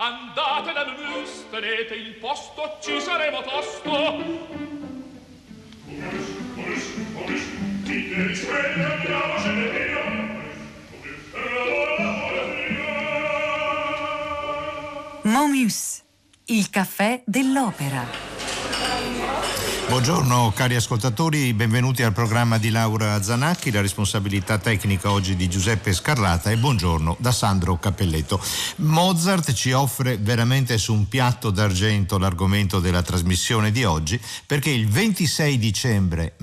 Andate dal mus, tenete il posto, ci saremo tosto. Momus, il caffè dell'opera. Buongiorno cari ascoltatori, benvenuti al programma di Laura Zanacchi, la responsabilità tecnica oggi di Giuseppe Scarlata, e buongiorno da Sandro Cappelletto. Mozart ci offre veramente su un piatto d'argento l'argomento della trasmissione di oggi, perché il 26 dicembre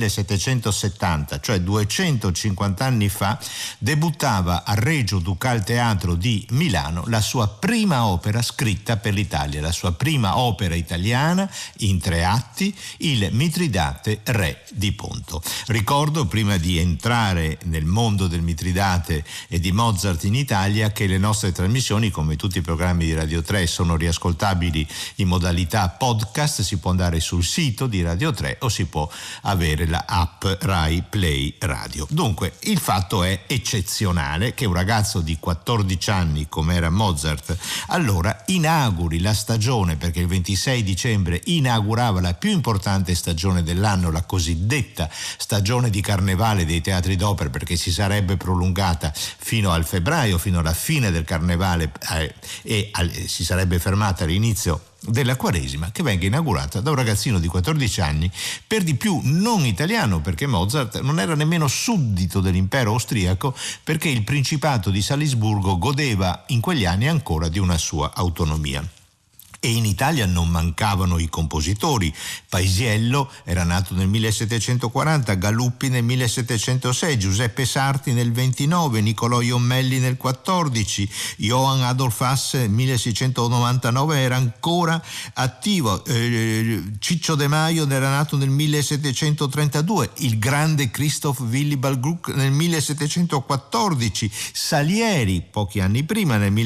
1770, cioè 250 anni fa, debuttava al Regio Ducal Teatro di Milano la sua prima opera scritta per l'Italia, la sua prima opera italiana in 3 atti, il Mitridate Re di Ponto. Ricordo, prima di entrare nel mondo del Mitridate e di Mozart in Italia, che le nostre trasmissioni, come tutti i programmi di Radio 3, sono riascoltabili in modalità podcast. Si può andare sul sito di Radio 3 o si può avere la app Rai Play Radio. Dunque, il fatto è eccezionale che un ragazzo di 14 anni, come era Mozart, allora inauguri la stagione, perché il 26 dicembre inaugurava la più importante stagione dell'anno, la cosiddetta stagione di carnevale dei teatri d'opera, perché si sarebbe prolungata fino al febbraio, fino alla fine del carnevale, si sarebbe fermata all'inizio della Quaresima, che venga inaugurata da un ragazzino di 14 anni, per di più non italiano, perché Mozart non era nemmeno suddito dell'impero austriaco, perché il Principato di Salisburgo godeva in quegli anni ancora di una sua autonomia. E in Italia non mancavano i compositori. Paisiello era nato nel 1740, Galuppi nel 1706, Giuseppe Sarti nel 29, Niccolò Iommelli nel 14, Johann Adolf Hass nel 1699 era ancora attivo, Ciccio De Maio era nato nel 1732, il grande Christoph Willibald Gluck nel 1714, Salieri pochi anni prima nel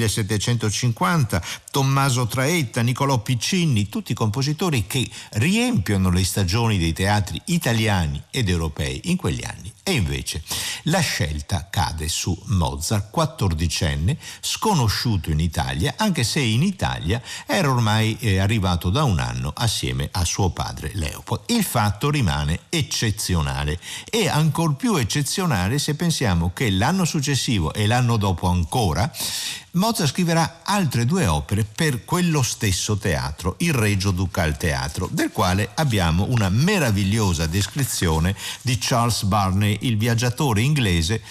1750, Tommaso Traetta, Niccolò Piccinni, tutti compositori che riempiono le stagioni dei teatri italiani ed europei in quegli anni. E invece la scelta cade su Mozart, 14enne, sconosciuto in Italia, anche se in Italia era ormai arrivato da un anno assieme a suo padre Leopold. Il fatto rimane eccezionale, e ancor più eccezionale se pensiamo che l'anno successivo e l'anno dopo ancora Mozart scriverà altre 2 opere per quello stesso teatro, il Regio Ducal Teatro, del quale abbiamo una meravigliosa descrizione di Charles Burney, il viaggiatore inglese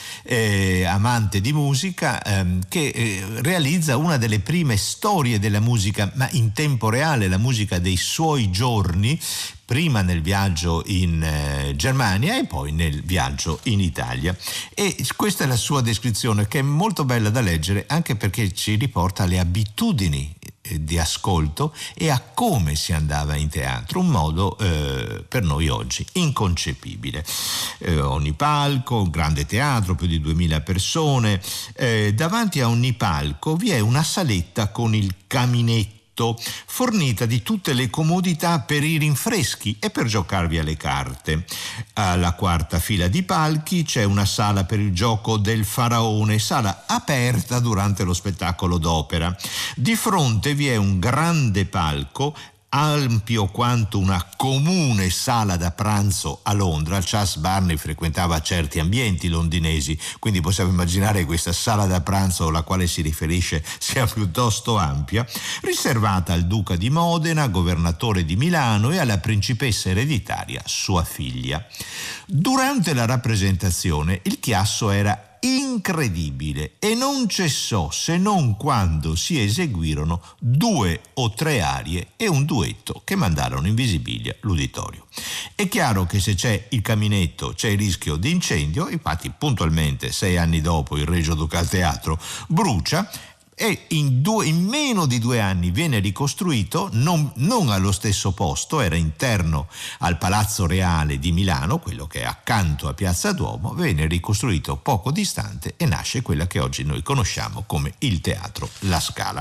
amante di musica, che realizza una delle prime storie della musica, ma in tempo reale, la musica dei suoi giorni, prima nel viaggio in Germania e poi nel viaggio in Italia. E questa è la sua descrizione, che è molto bella da leggere, anche perché ci riporta alle abitudini di ascolto e a come si andava in teatro, un modo per noi oggi inconcepibile. Ogni palco, un grande teatro, più di 2000 persone, davanti a ogni palco vi è una saletta con il caminetto, fornita di tutte le comodità per i rinfreschi e per giocarvi alle carte. Alla 4ª fila di palchi c'è una sala per il gioco del faraone, sala aperta durante lo spettacolo d'opera. Di fronte vi è un grande palco ampio quanto una comune sala da pranzo a Londra. Charles Burney frequentava certi ambienti londinesi, quindi possiamo immaginare che questa sala da pranzo alla quale si riferisce sia piuttosto ampia, riservata al duca di Modena, governatore di Milano, e alla principessa ereditaria, sua figlia. Durante la rappresentazione il chiasso era incredibile e non cessò se non quando si eseguirono 2 o 3 arie e un duetto che mandarono in visibilia l'uditorio. È chiaro che se c'è il caminetto c'è il rischio di incendio, infatti puntualmente 6 anni dopo il Regio Ducal Teatro brucia, e in meno di 2 anni viene ricostruito, non allo stesso posto, era interno al Palazzo Reale di Milano, quello che è accanto a Piazza Duomo, viene ricostruito poco distante e nasce quella che oggi noi conosciamo come il Teatro La Scala.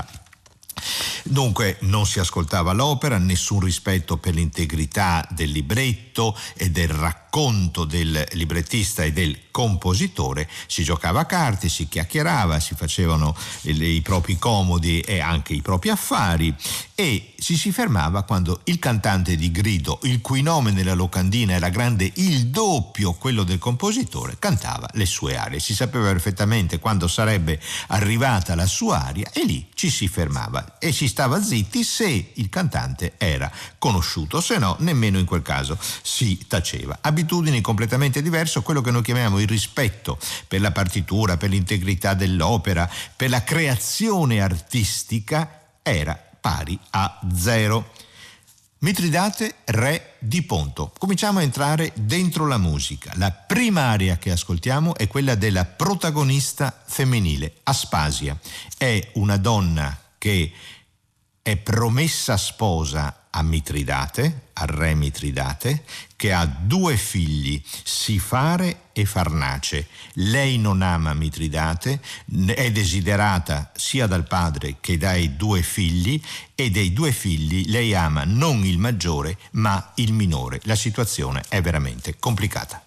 Dunque non si ascoltava l'opera, nessun rispetto per l'integrità del libretto e del racconto conto del librettista e del compositore, si giocava a carte, si chiacchierava, si facevano i propri comodi e anche i propri affari, e si fermava quando il cantante di grido, il cui nome nella locandina era grande il doppio quello del compositore, cantava le sue arie. Si sapeva perfettamente quando sarebbe arrivata la sua aria e lì ci si fermava e si stava zitti se il cantante era conosciuto, se no nemmeno in quel caso si taceva. Abitudini completamente diverse, quello che noi chiamiamo il rispetto per la partitura, per l'integrità dell'opera, per la creazione artistica era pari a 0. Mitridate, re di Ponto. Cominciamo a entrare dentro la musica. La prima aria che ascoltiamo è quella della protagonista femminile, Aspasia. È una donna che è promessa sposa a Mitridate, al re Mitridate, che ha 2 figli, Sifare e Farnace. Lei non ama Mitridate, è desiderata sia dal padre che dai 2 figli, e dei 2 figli lei ama non il maggiore ma il minore. La situazione è veramente complicata.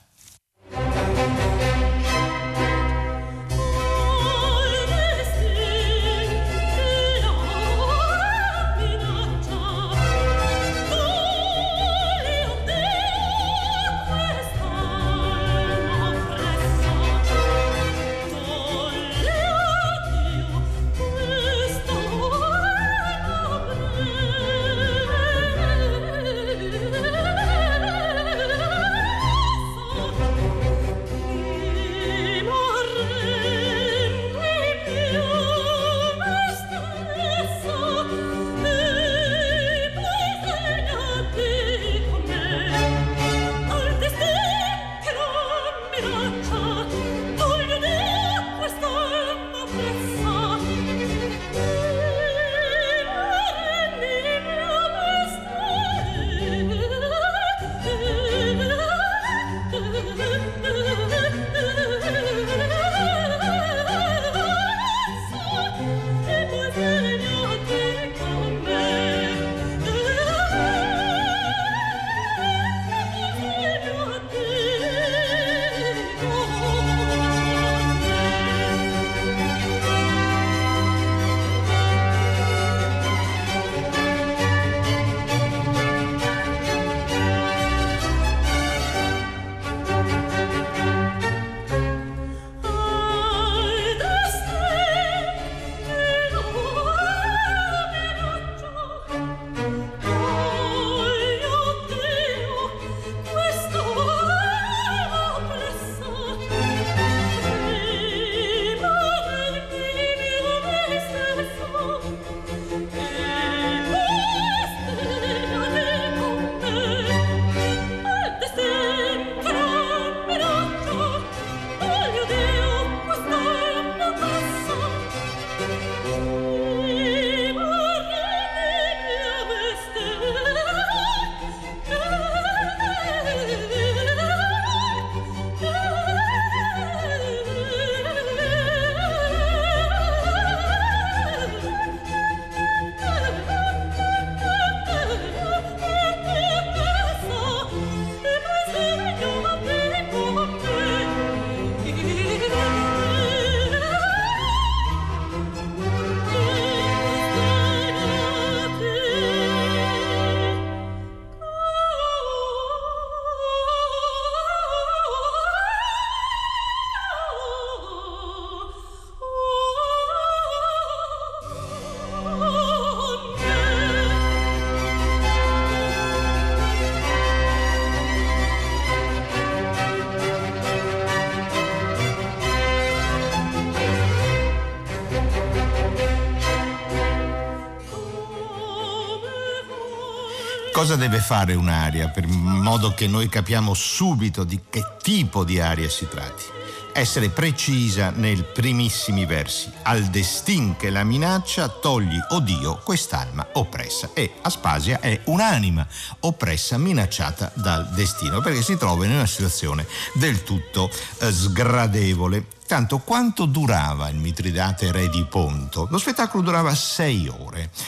Cosa deve fare un'aria per modo che noi capiamo subito di che tipo di aria si tratti? Essere precisa nei primissimi versi. Al destin che la minaccia togli, o Dio, quest'alma oppressa. E Aspasia è un'anima oppressa, minacciata dal destino, perché si trova in una situazione del tutto sgradevole. Tanto, quanto durava il Mitridate re di Ponto? Lo spettacolo durava 6 ore.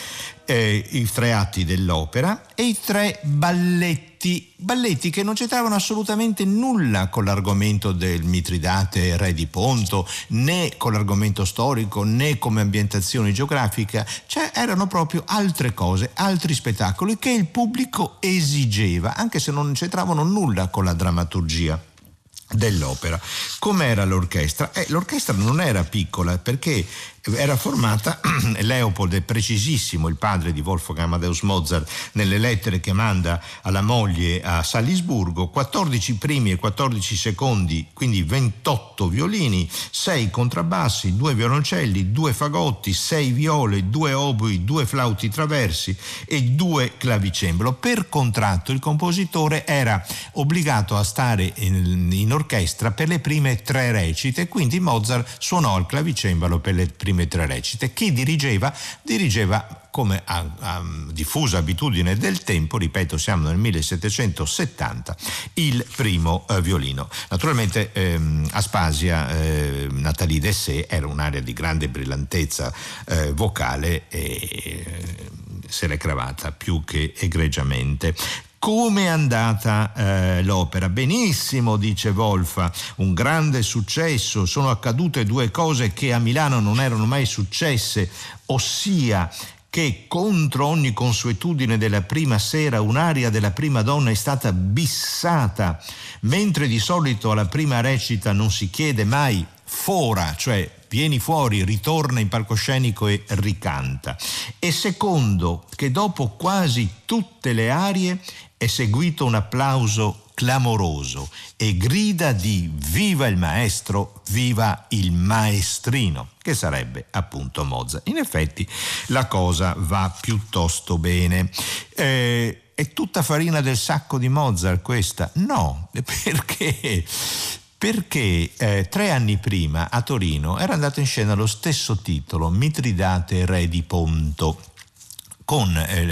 i 3 atti dell'opera e i 3 balletti che non c'entravano assolutamente nulla con l'argomento del Mitridate re di Ponto, né con l'argomento storico, né come ambientazione geografica, cioè erano proprio altre cose, altri spettacoli che il pubblico esigeva, anche se non c'entravano nulla con la drammaturgia dell'opera. Com'era l'orchestra? L'orchestra non era piccola, perché era formata, Leopold è precisissimo, il padre di Wolfgang Amadeus Mozart, nelle lettere che manda alla moglie a Salisburgo: 14 primi e 14 secondi, quindi 28 violini, 6 contrabbassi, 2 violoncelli, 2 fagotti, 6 viole, 2 oboi, 2 flauti traversi e 2 clavicembalo. Per contratto il compositore era obbligato a stare in orchestra per le prime 3 recite, quindi Mozart suonò il clavicembalo per le prime 3 recite. Chi dirigeva? Dirigeva, come a diffusa abitudine del tempo, ripeto, siamo nel 1770, il primo violino. Naturalmente Aspasia, Nathalie Dessay, era un'aria di grande brillantezza vocale e se l'è cravata più che egregiamente. Come è andata l'opera? Benissimo, dice Wolf, un grande successo. Sono accadute 2 cose che a Milano non erano mai successe, ossia che contro ogni consuetudine della prima sera un'aria della prima donna è stata bissata, mentre di solito alla prima recita non si chiede mai fora, cioè vieni fuori, ritorna in palcoscenico e ricanta. E secondo, che dopo quasi tutte le arie è seguito un applauso clamoroso e grida di viva il maestro, viva il maestrino, che sarebbe appunto Mozart. In effetti la cosa va piuttosto bene. È tutta farina del sacco di Mozart questa? No, perché 3 anni prima a Torino era andato in scena lo stesso titolo, Mitridate re di Ponto, con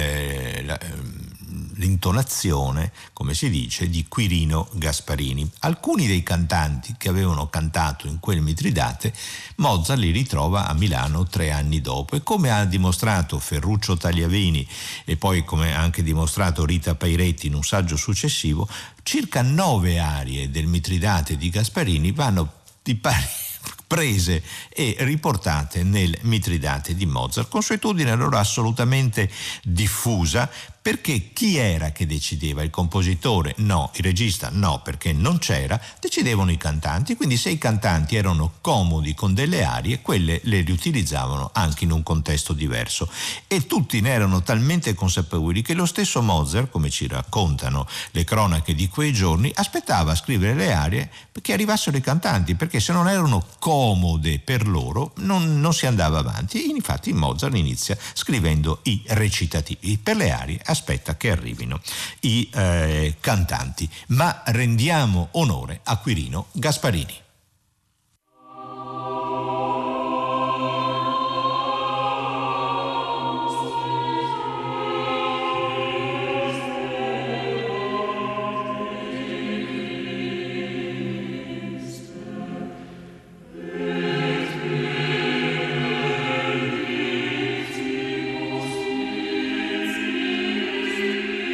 l'intonazione, come si dice, di Quirino Gasparini. Alcuni dei cantanti che avevano cantato in quel Mitridate Mozart li ritrova a Milano 3 anni dopo, e come ha dimostrato Ferruccio Tagliavini e poi come ha anche dimostrato Rita Pairetti in un saggio successivo, circa 9 arie del Mitridate di Gasparini vanno di pari prese e riportate nel Mitridate di Mozart, consuetudine allora assolutamente diffusa, perché chi era che decideva? Il compositore? No. Il regista? No, perché non c'era. Decidevano i cantanti, quindi se i cantanti erano comodi con delle arie, quelle le riutilizzavano anche in un contesto diverso, e tutti ne erano talmente consapevoli che lo stesso Mozart, come ci raccontano le cronache di quei giorni, aspettava a scrivere le arie perché arrivassero i cantanti, perché se non erano comode per loro non si andava avanti. E infatti Mozart inizia scrivendo i recitativi. Per le arie aspetta che arrivino i cantanti, ma rendiamo onore a Quirino Gasparini.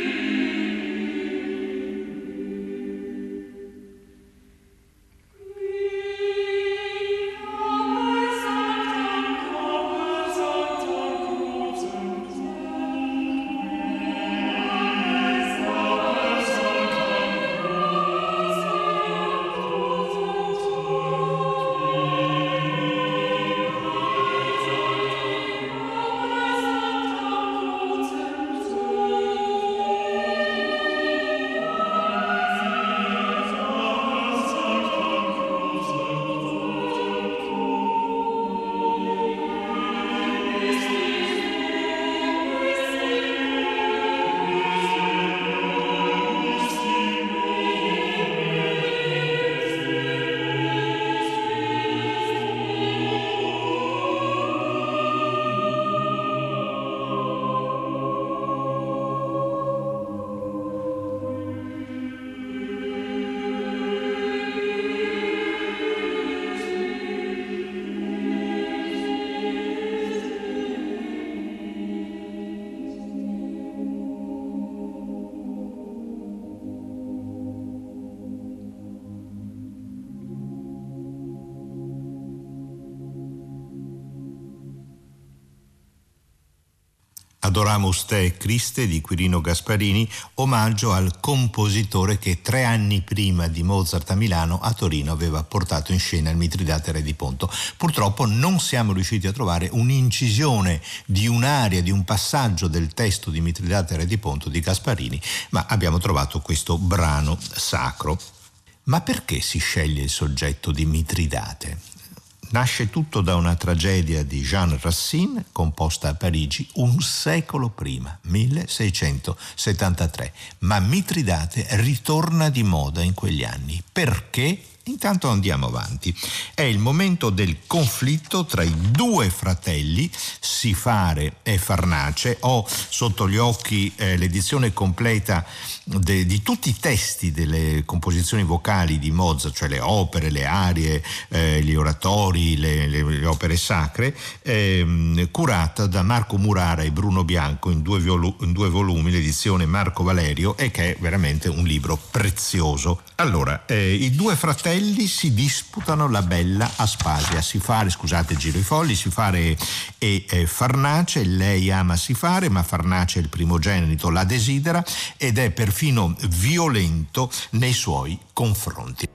Qui Adoramus te Christe di Quirino Gasparini, omaggio al compositore che 3 anni prima di Mozart a Milano, a Torino, aveva portato in scena il Mitridate Re di Ponto. Purtroppo non siamo riusciti a trovare un'incisione di un'aria, di un passaggio del testo di Mitridate Re di Ponto di Gasparini, ma abbiamo trovato questo brano sacro. Ma perché si sceglie il soggetto di Mitridate? Nasce tutto da una tragedia di Jean Racine, composta a Parigi un secolo prima, 1673. Ma Mitridate ritorna di moda in quegli anni. Perché? Intanto andiamo avanti. È il momento del conflitto tra i 2 fratelli, Sifare e Farnace. Ho sotto gli occhi l'edizione completa di tutti i testi delle composizioni vocali di Mozart, cioè le opere, le arie, gli oratori, le opere sacre, curata da Marco Murara e Bruno Bianco in 2 volumi, l'edizione Marco Valerio, e che è veramente un libro prezioso. Allora, i 2 fratelli si disputano la bella Aspasia. Sifare, scusate, giro i fogli, Sifare e Farnace. Lei ama Sifare, ma Farnace, il primogenito, la desidera ed è perfino violento nei suoi confronti.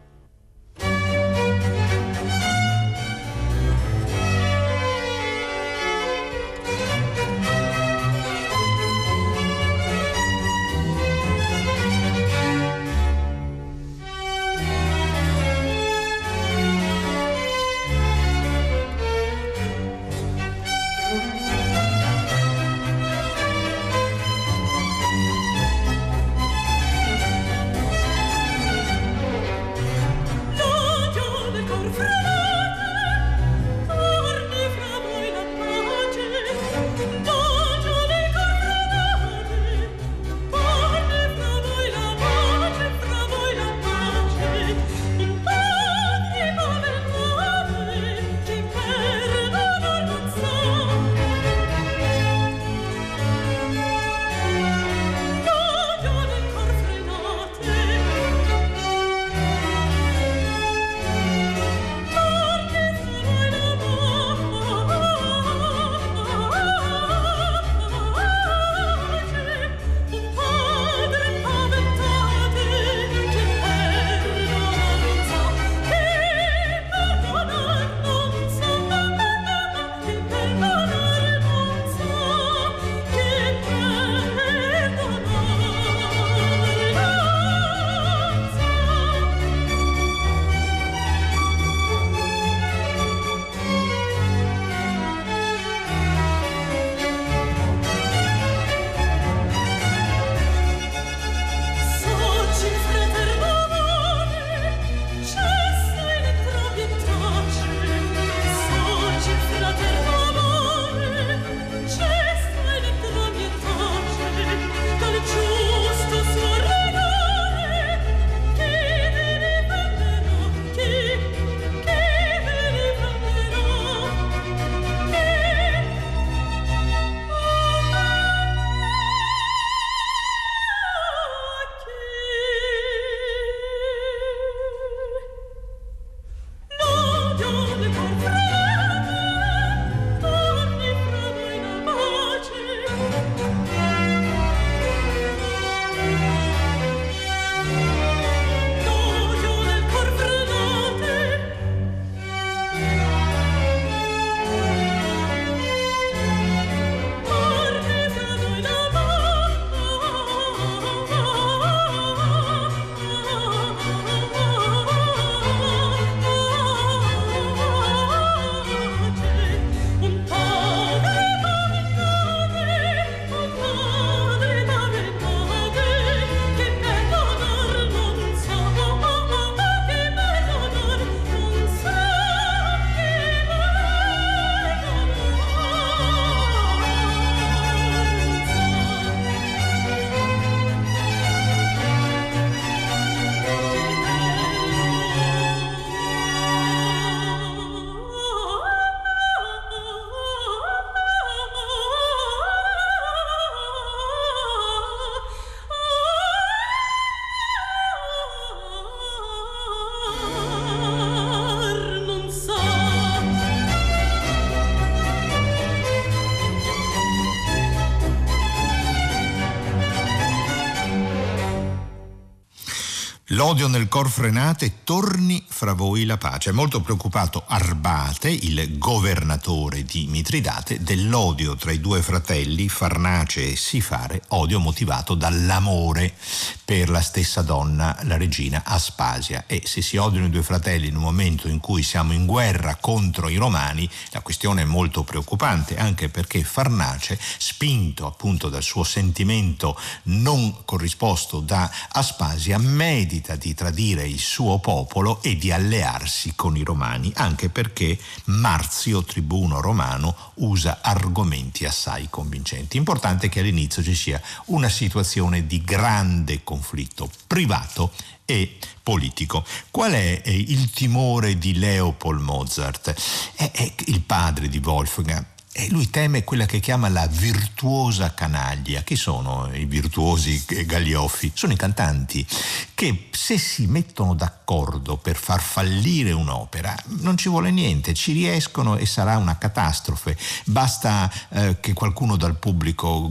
L'odio nel cor frenate, torni fra voi la pace. È molto preoccupato Arbate, il governatore di Mitridate, dell'odio tra i due fratelli Farnace e Sifare, odio motivato dall'amore per la stessa donna, la regina Aspasia. E se si odiano i due fratelli in un momento in cui siamo in guerra contro i Romani, la questione è molto preoccupante, anche perché Farnace, spinto appunto dal suo sentimento non corrisposto da Aspasia, medita di tradire il suo popolo e di allearsi con i Romani, anche perché Marzio, tribuno romano, usa argomenti assai convincenti. Importante che all'inizio ci sia una situazione di grande conflitto privato e politico. Qual è il timore di Leopold Mozart? È il padre di Wolfgang. E lui teme quella che chiama la virtuosa canaglia. Chi sono i virtuosi gaglioffi? Sono i cantanti che, se si mettono d'accordo per far fallire un'opera, non ci vuole niente, ci riescono e sarà una catastrofe. Basta che qualcuno dal pubblico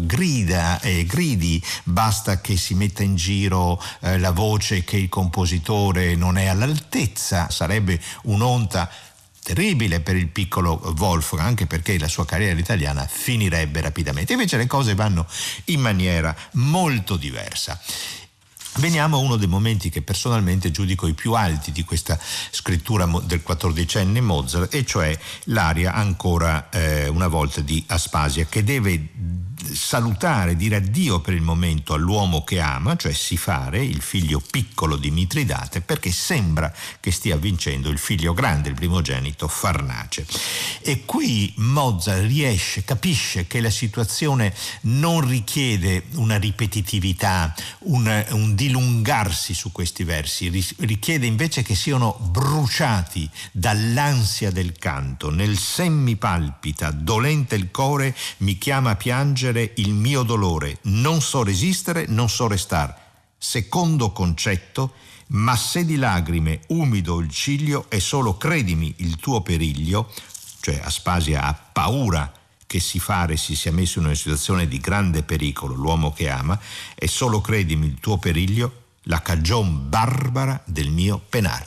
gridi, basta che si metta in giro la voce che il compositore non è all'altezza, sarebbe un'onta terribile per il piccolo Wolfgang, anche perché la sua carriera italiana finirebbe rapidamente. Invece le cose vanno in maniera molto diversa. Veniamo a uno dei momenti che personalmente giudico i più alti di questa scrittura del 14enne Mozart, e cioè l'aria ancora una volta di Aspasia, che deve salutare, dire addio per il momento all'uomo che ama, cioè Sifare, il figlio piccolo di Mitridate, perché sembra che stia vincendo il figlio grande, il primogenito Farnace. E qui Mozart capisce che la situazione non richiede una ripetitività, un dilungarsi su questi versi, richiede invece che siano bruciati dall'ansia del canto. Nel sen mi palpita, dolente il core, mi chiama a piangere il mio dolore, non so resistere, non so restar. Secondo concetto, ma se di lagrime umido il ciglio è solo, credimi, il tuo periglio, cioè Aspasia ha paura che Sifare si sia messo in una situazione di grande pericolo, l'uomo che ama, è solo, credimi, il tuo periglio, la cagion barbara del mio penar.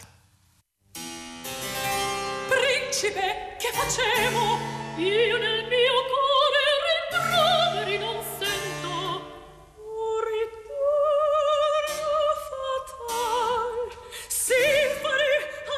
Principe, che facevo? Io nel mio cuore rimproveri non sento. Un ritorno fatal, Sifare,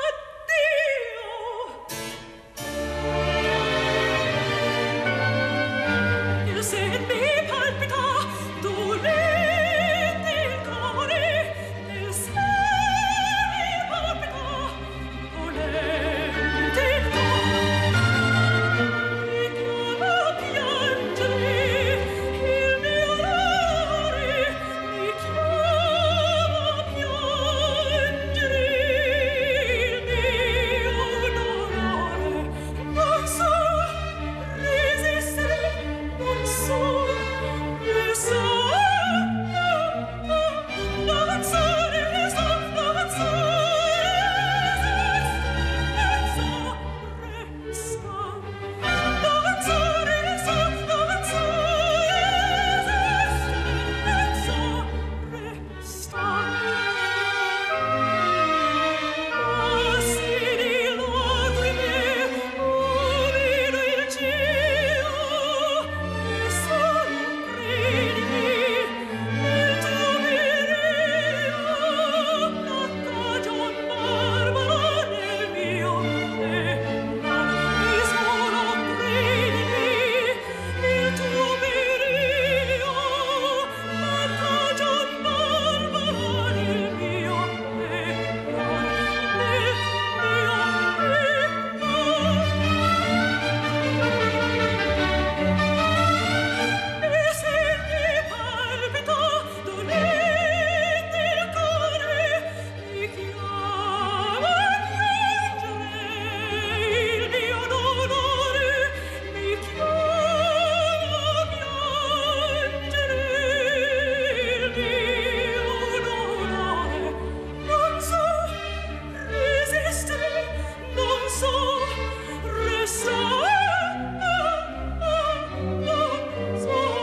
addio. Il sen mi palpita, dolente il cuore, nel sen mi palpita, dolente il cuore. Mi chiama a piangere il mio dolore, mi chiama a piangere il mio dolore. Non so resistere, non so resistere, non so resistere, non so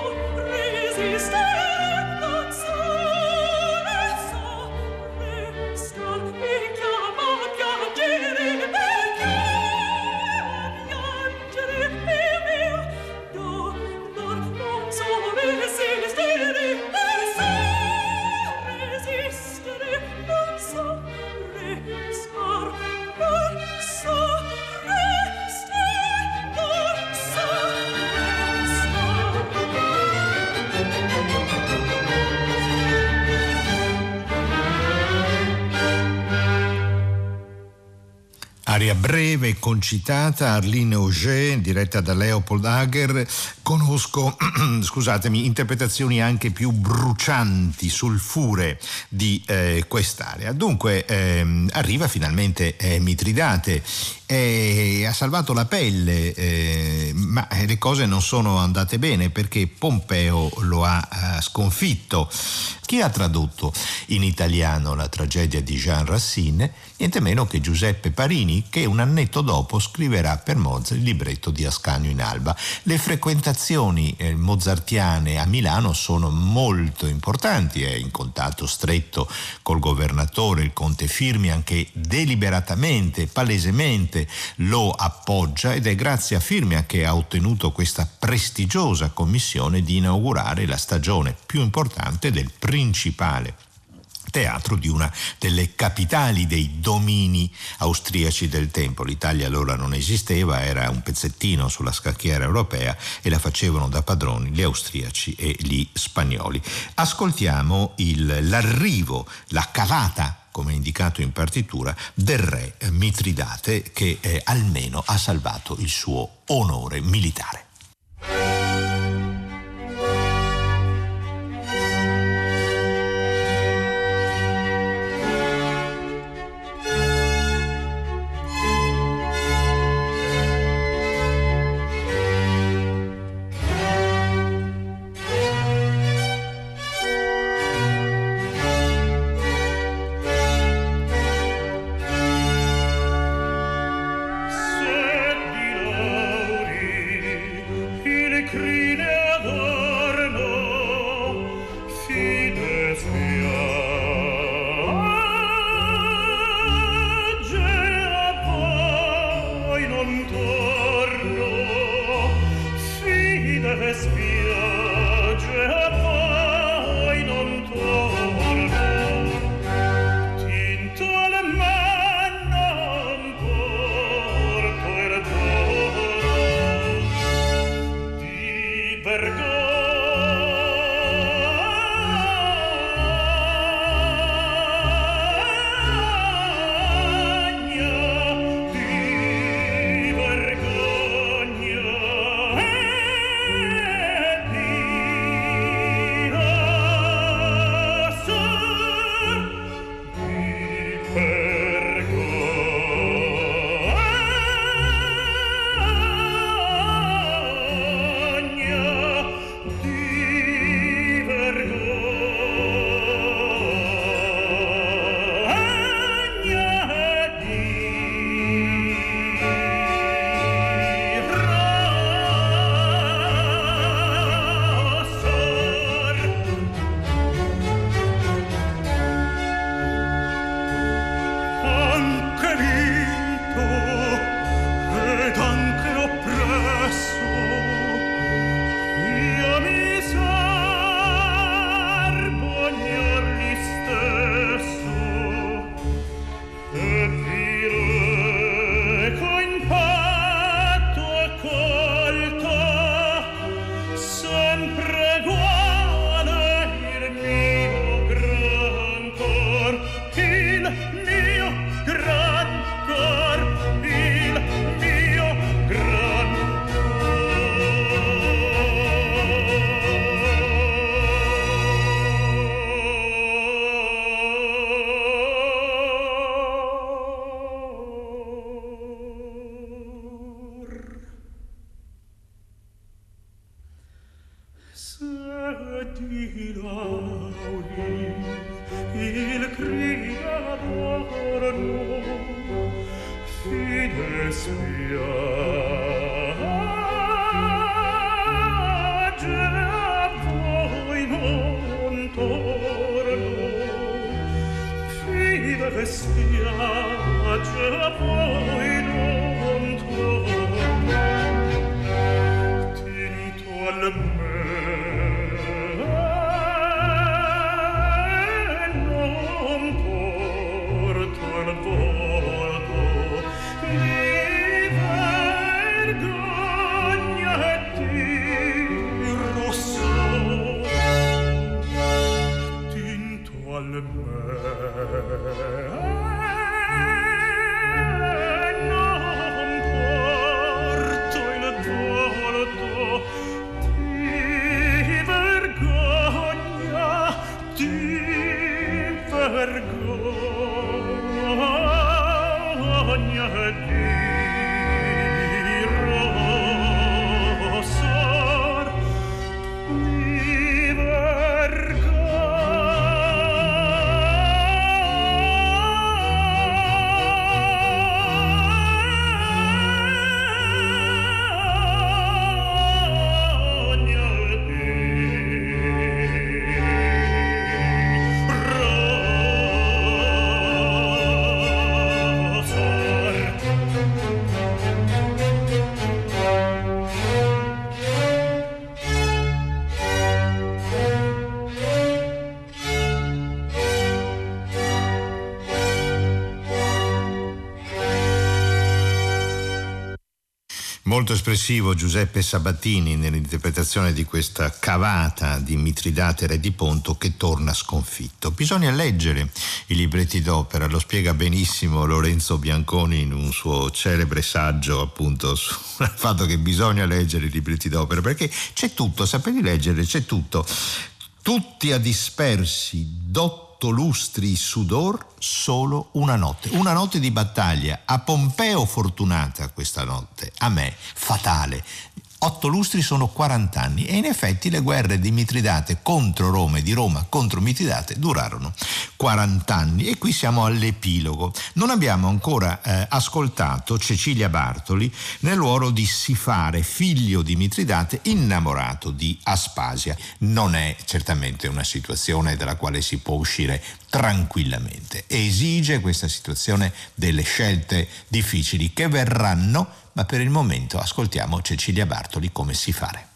resistere, non so Aria breve e concitata, Arline Auger, diretta da Leopold Hager. Conosco, scusatemi, interpretazioni anche più brucianti, sulfure di quest'area. Dunque arriva finalmente Mitridate. Ha salvato la pelle, ma le cose non sono andate bene perché Pompeo lo ha sconfitto. Chi ha tradotto in italiano la tragedia di Jean Racine? Niente meno che Giuseppe Parini, che un annetto dopo scriverà per Mozart il libretto di Ascanio in Alba. Le frequentazioni mozartiane a Milano sono molto importanti, è in contatto stretto col governatore, il conte Firmian, che deliberatamente, palesemente lo appoggia, ed è grazie a Firmian che ha ottenuto questa prestigiosa commissione di inaugurare la stagione più importante del principale teatro di una delle capitali dei domini austriaci del tempo. L'Italia allora non esisteva, era un pezzettino sulla scacchiera europea e la facevano da padroni gli austriaci e gli spagnoli. Ascoltiamo l'arrivo, la cavata, come indicato in partitura, del re Mitridate, che almeno ha salvato il suo onore militare. Molto espressivo Giuseppe Sabatini nell'interpretazione di questa cavata di Mitridate re di Ponto che torna sconfitto. Bisogna leggere i libretti d'opera, lo spiega benissimo Lorenzo Bianconi in un suo celebre saggio appunto sul fatto che bisogna leggere i libretti d'opera, perché c'è tutto, sapete leggere, c'è tutto. Tutti a dispersi, lustri sudor, solo una notte di battaglia. A Pompeo fortunata questa notte, a me fatale. 8 lustri sono 40 anni e in effetti le guerre di Mitridate contro Roma e di Roma contro Mitridate durarono 40 anni e qui siamo all'epilogo. Non abbiamo ancora ascoltato Cecilia Bartoli nel ruolo di Sifare, figlio di Mitridate, innamorato di Aspasia. Non è certamente una situazione dalla quale si può uscire tranquillamente. Esige questa situazione delle scelte difficili che verranno, ma per il momento ascoltiamo Cecilia Bartoli come Sifare.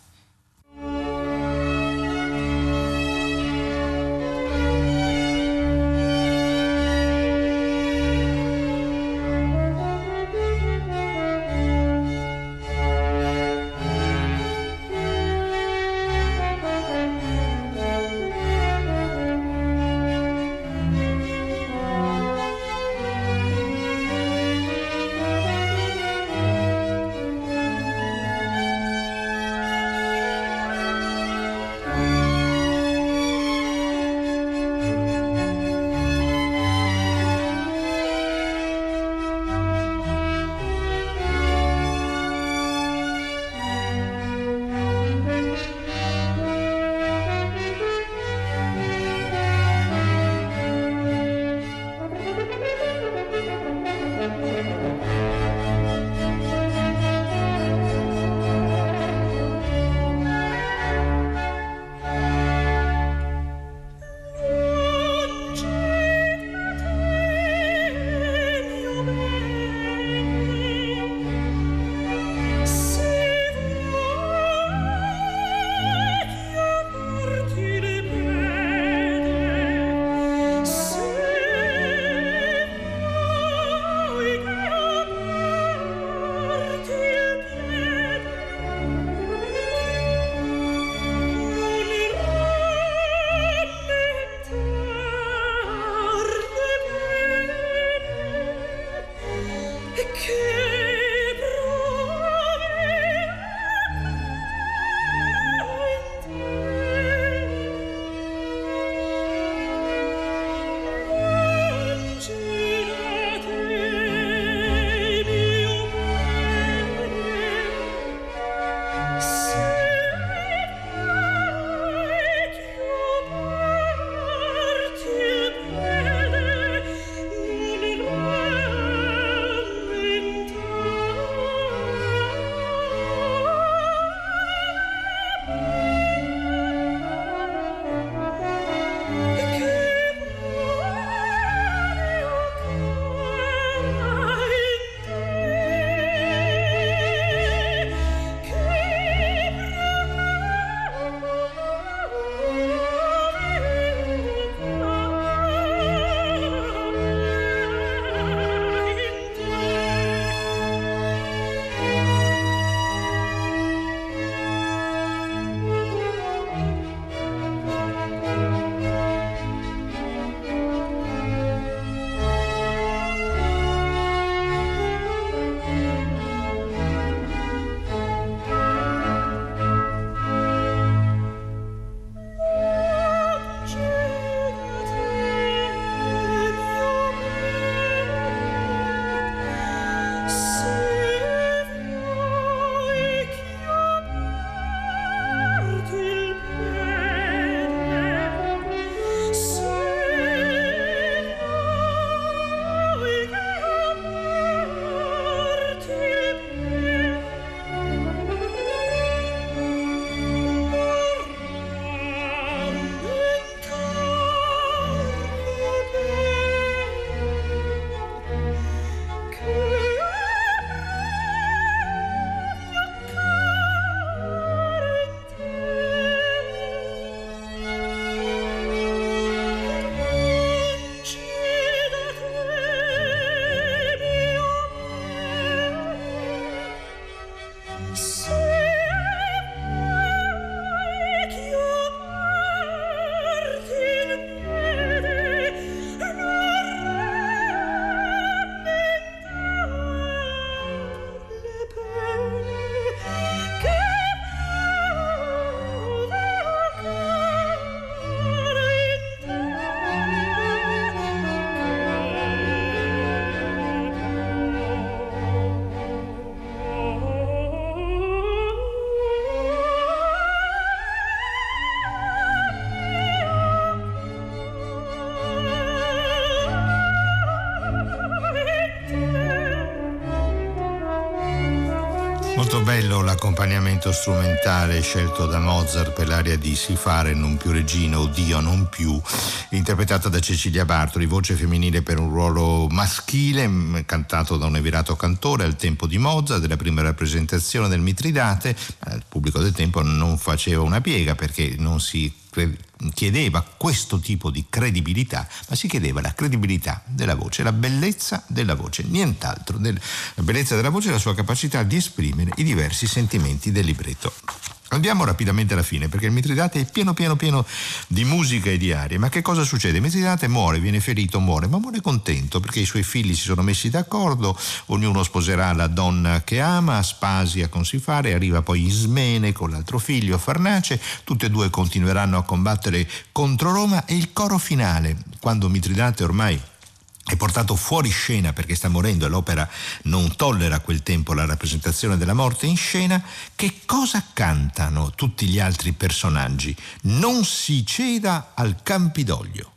Bello l'accompagnamento strumentale scelto da Mozart per l'aria di Si fare non più regina, oddio non più, interpretata da Cecilia Bartoli, voce femminile per un ruolo maschile, cantato da un evirato cantore al tempo di Mozart, della prima rappresentazione del Mitridate. Il pubblico del tempo non faceva una piega perché non si chiedeva questo tipo di credibilità, ma si chiedeva la credibilità della voce, la bellezza della voce, nient'altro. La bellezza della voce e la sua capacità di esprimere i diversi sentimenti del libretto. Andiamo rapidamente alla fine, perché il Mitridate è pieno di musica e di arie. Ma che cosa succede? Il Mitridate muore, viene ferito, muore, ma muore contento perché i suoi figli si sono messi d'accordo, ognuno sposerà la donna che ama, Aspasia con Sifare, arriva poi Ismene con l'altro figlio, Farnace, tutte e due continueranno a combattere contro Roma, e il coro finale, quando Mitridate ormai è portato fuori scena perché sta morendo e l'opera non tollera a quel tempo la rappresentazione della morte in scena, che cosa cantano tutti gli altri personaggi? Non si ceda al Campidoglio.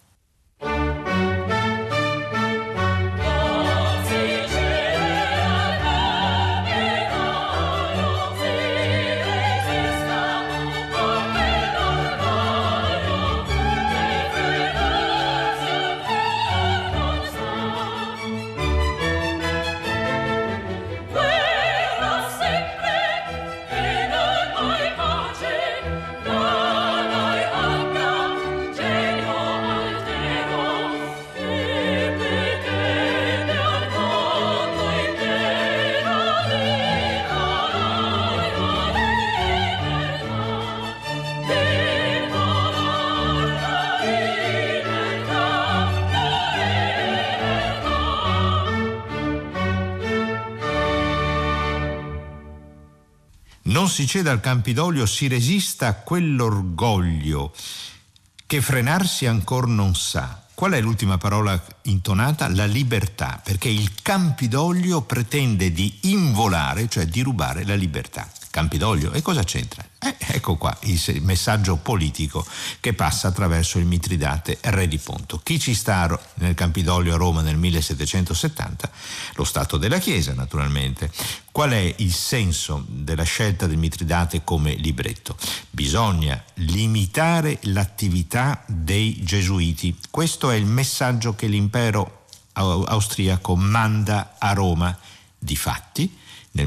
Non si ceda al Campidoglio, si resista a quell'orgoglio che frenarsi ancor non sa. Qual è l'ultima parola intonata? La libertà, perché il Campidoglio pretende di involare, cioè di rubare la libertà. Campidoglio, e cosa c'entra? Ecco qua il messaggio politico che passa attraverso il Mitridate, re di Ponto. Chi ci sta nel Campidoglio a Roma nel 1770? Lo Stato della Chiesa, naturalmente. Qual è il senso della scelta del Mitridate come libretto? Bisogna limitare l'attività dei gesuiti. Questo è il messaggio che l'impero austriaco manda a Roma. Difatti, nel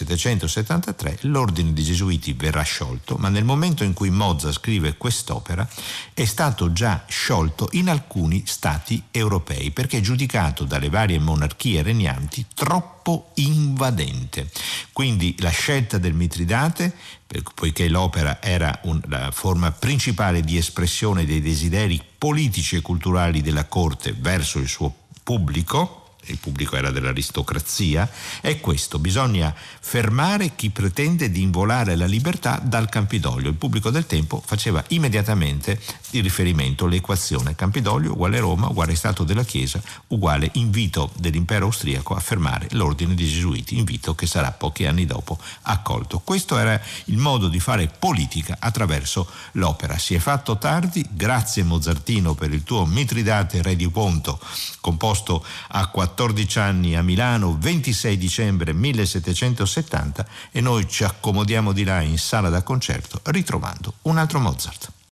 1773 l'ordine dei Gesuiti verrà sciolto, ma nel momento in cui Mozart scrive quest'opera è stato già sciolto in alcuni stati europei perché è giudicato dalle varie monarchie regnanti troppo invadente. Quindi la scelta del Mitridate, poiché l'opera era la forma principale di espressione dei desideri politici e culturali della corte verso il suo pubblico, il pubblico era dell'aristocrazia, è questo: bisogna fermare chi pretende di involare la libertà dal Campidoglio. Il pubblico del tempo faceva immediatamente di riferimento l'equazione Campidoglio uguale Roma uguale Stato della Chiesa uguale invito dell'impero austriaco a fermare l'ordine dei Gesuiti, invito che sarà pochi anni dopo accolto. Questo era il modo di fare politica attraverso l'opera. Si è fatto tardi, grazie Mozartino per il tuo Mitridate re di Ponto, composto a 14 anni a Milano, 26 dicembre 1770, e noi ci accomodiamo di là in sala da concerto ritrovando un altro Mozart.